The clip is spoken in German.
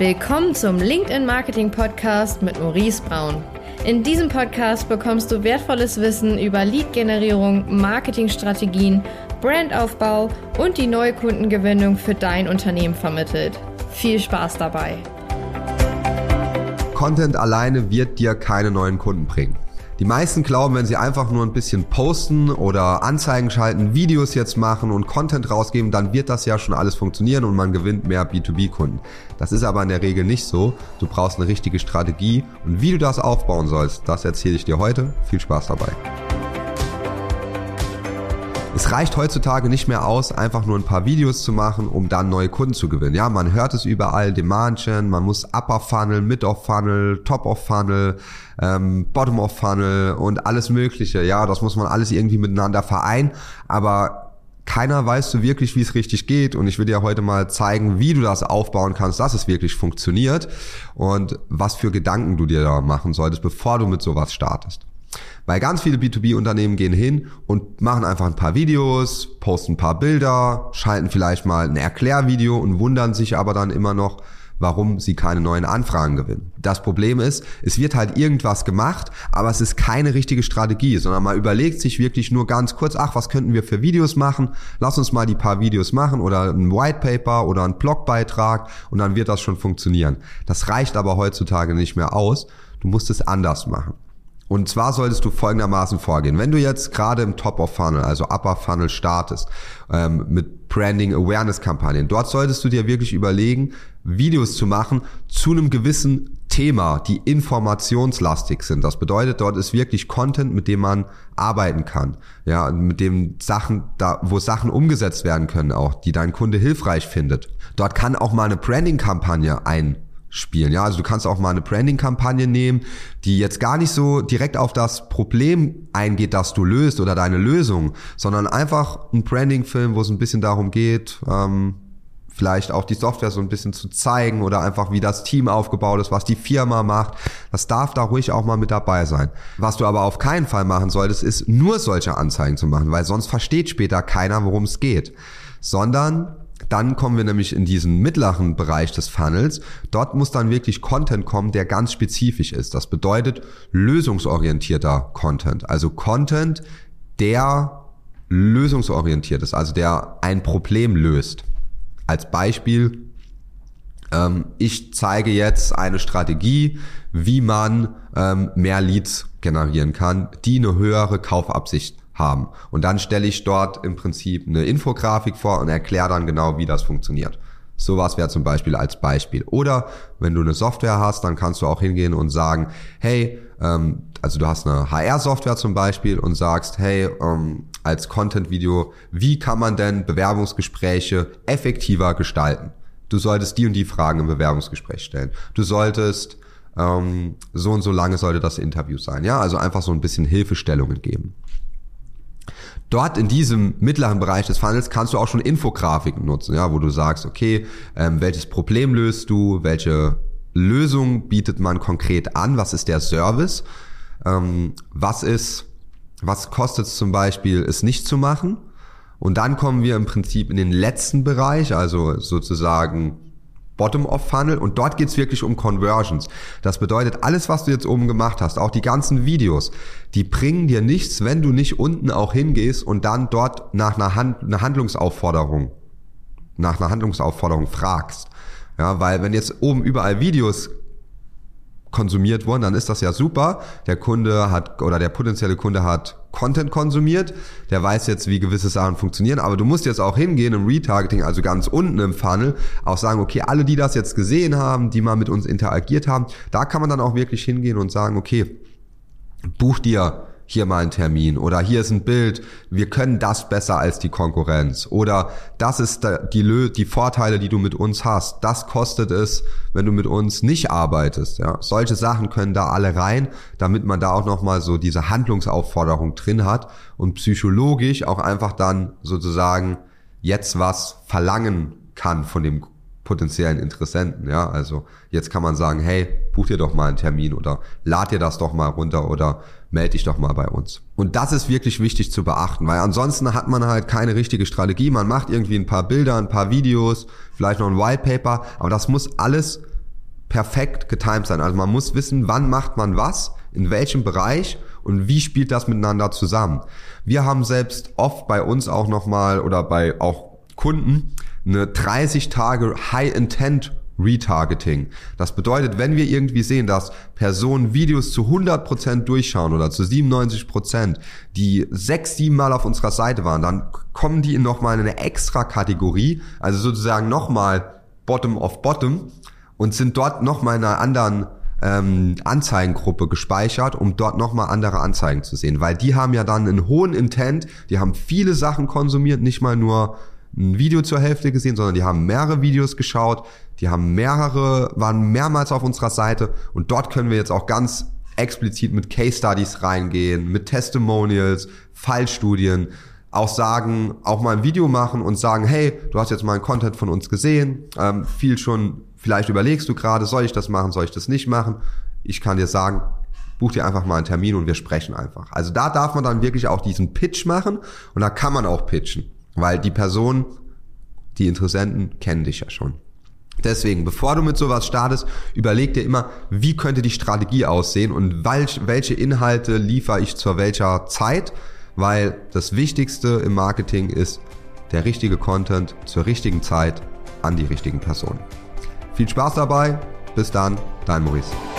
Willkommen zum LinkedIn Marketing Podcast mit Maurice Braun. In diesem Podcast bekommst du wertvolles Wissen über Lead-Generierung, Marketingstrategien, Brandaufbau und die neue Kundengewinnung für dein Unternehmen vermittelt. Viel Spaß dabei! Content alleine wird dir keine neuen Kunden bringen. Die meisten glauben, wenn sie einfach nur ein bisschen posten oder Anzeigen schalten, Videos jetzt machen und Content rausgeben, dann wird das ja schon alles funktionieren und man gewinnt mehr B2B-Kunden. Das ist aber in der Regel nicht so. Du brauchst eine richtige Strategie und wie du das aufbauen sollst, das erzähle ich dir heute. Viel Spaß dabei. Es reicht heutzutage nicht mehr aus, einfach nur ein paar Videos zu machen, um dann neue Kunden zu gewinnen. Ja, man hört es überall, Demand Gen, man muss Upper Funnel, Mid of Funnel, Top of Funnel, Bottom of Funnel und alles Mögliche. Ja, das muss man alles irgendwie miteinander vereinen, aber keiner weiß so wirklich, wie es richtig geht, und ich will dir heute mal zeigen, wie du das aufbauen kannst, dass es wirklich funktioniert und was für Gedanken du dir da machen solltest, bevor du mit sowas startest. Weil ganz viele B2B-Unternehmen gehen hin und machen einfach ein paar Videos, posten ein paar Bilder, schalten vielleicht mal ein Erklärvideo und wundern sich aber dann immer noch, warum sie keine neuen Anfragen gewinnen. Das Problem ist, es wird halt irgendwas gemacht, aber es ist keine richtige Strategie, sondern man überlegt sich wirklich nur ganz kurz, was könnten wir für Videos machen? Lass uns mal die paar Videos machen oder ein White Paper oder ein Blogbeitrag und dann wird das schon funktionieren. Das reicht aber heutzutage nicht mehr aus. Du musst es anders machen. Und zwar solltest du folgendermaßen vorgehen. Wenn du jetzt gerade im Top of Funnel, also Upper Funnel startest, mit Branding Awareness Kampagnen, dort solltest du dir wirklich überlegen, Videos zu machen zu einem gewissen Thema, die informationslastig sind. Das bedeutet, dort ist wirklich Content, mit dem man arbeiten kann. Ja, mit dem wo Sachen umgesetzt werden können auch, die dein Kunde hilfreich findet. Dort kann auch mal eine Branding-Kampagne einspielen. Ja, also du kannst auch mal eine Branding-Kampagne nehmen, die jetzt gar nicht so direkt auf das Problem eingeht, das du löst oder deine Lösung, sondern einfach ein Branding-Film, wo es ein bisschen darum geht, vielleicht auch die Software so ein bisschen zu zeigen oder einfach wie das Team aufgebaut ist, was die Firma macht. Das darf da ruhig auch mal mit dabei sein. Was du aber auf keinen Fall machen solltest, ist nur solche Anzeigen zu machen, weil sonst versteht später keiner, worum es geht. Sondern dann kommen wir nämlich in diesen mittleren Bereich des Funnels. Dort muss dann wirklich Content kommen, der ganz spezifisch ist. Das bedeutet lösungsorientierter Content. Also Content, der lösungsorientiert ist, also der ein Problem löst. Als Beispiel, ich zeige jetzt eine Strategie, wie man mehr Leads generieren kann, die eine höhere Kaufabsicht haben. Und dann stelle ich dort im Prinzip eine Infografik vor und erkläre dann genau, wie das funktioniert. Sowas wäre zum Beispiel als Beispiel. Oder wenn du eine Software hast, dann kannst du auch hingehen und sagen, hey, also du hast eine HR-Software zum Beispiel und sagst, hey, als Content-Video, wie kann man denn Bewerbungsgespräche effektiver gestalten? Du solltest die und die Fragen im Bewerbungsgespräch stellen. Du solltest so und so lange sollte das Interview sein. Ja, also einfach so ein bisschen Hilfestellungen geben. Dort in diesem mittleren Bereich des Funnels kannst du auch schon Infografiken nutzen, ja, wo du sagst, okay, welches Problem löst du, welche Lösung bietet man konkret an, was ist der Service, was kostet es zum Beispiel, es nicht zu machen, und dann kommen wir im Prinzip in den letzten Bereich, also sozusagen Bottom of Funnel, und dort geht's wirklich um Conversions. Das bedeutet, alles, was du jetzt oben gemacht hast, auch die ganzen Videos, die bringen dir nichts, wenn du nicht unten auch hingehst und dann dort nach einer Handlungsaufforderung fragst. Ja, weil wenn jetzt oben überall Videos konsumiert wurden, dann ist das ja super. Der potenzielle Kunde hat Content konsumiert, der weiß jetzt, wie gewisse Sachen funktionieren, aber du musst jetzt auch hingehen im Retargeting, also ganz unten im Funnel, auch sagen, okay, alle, die das jetzt gesehen haben, die mal mit uns interagiert haben, da kann man dann auch wirklich hingehen und sagen, okay, buch dir hier mal einen Termin oder hier ist ein Bild, wir können das besser als die Konkurrenz oder das ist die Vorteile, die du mit uns hast, das kostet es, wenn du mit uns nicht arbeitest. Ja, solche Sachen können da alle rein, damit man da auch nochmal so diese Handlungsaufforderung drin hat und psychologisch auch einfach dann sozusagen jetzt was verlangen kann von dem potenziellen Interessenten. Ja, also jetzt kann man sagen, hey, buch dir doch mal einen Termin oder lad dir das doch mal runter oder melde dich doch mal bei uns. Und das ist wirklich wichtig zu beachten, weil ansonsten hat man halt keine richtige Strategie. Man macht irgendwie ein paar Bilder, ein paar Videos, vielleicht noch ein White Paper, aber das muss alles perfekt getimed sein. Also man muss wissen, wann macht man was, in welchem Bereich und wie spielt das miteinander zusammen. Wir haben selbst oft bei uns auch nochmal oder bei auch Kunden eine 30 Tage High-Intent Retargeting. Das bedeutet, wenn wir irgendwie sehen, dass Personen Videos zu 100% durchschauen oder zu 97%, die 6-7 Mal auf unserer Seite waren, dann kommen die nochmal in eine extra Kategorie, also sozusagen nochmal Bottom of Bottom und sind dort nochmal in einer anderen Anzeigengruppe gespeichert, um dort nochmal andere Anzeigen zu sehen, weil die haben ja dann einen hohen Intent, die haben viele Sachen konsumiert, nicht mal nur ein Video zur Hälfte gesehen, sondern die haben mehrere Videos geschaut, die haben waren mehrmals auf unserer Seite und dort können wir jetzt auch ganz explizit mit Case Studies reingehen, mit Testimonials, Fallstudien, auch sagen, auch mal ein Video machen und sagen, hey, du hast jetzt mal einen Content von uns gesehen, vielleicht überlegst du gerade, soll ich das machen, soll ich das nicht machen? Ich kann dir sagen, buch dir einfach mal einen Termin und wir sprechen einfach. Also da darf man dann wirklich auch diesen Pitch machen und da kann man auch pitchen. Weil die Personen, die Interessenten kennen dich ja schon. Deswegen, bevor du mit sowas startest, überleg dir immer, wie könnte die Strategie aussehen und welche Inhalte liefere ich zu welcher Zeit, weil das Wichtigste im Marketing ist der richtige Content zur richtigen Zeit an die richtigen Personen. Viel Spaß dabei, bis dann, dein Maurice.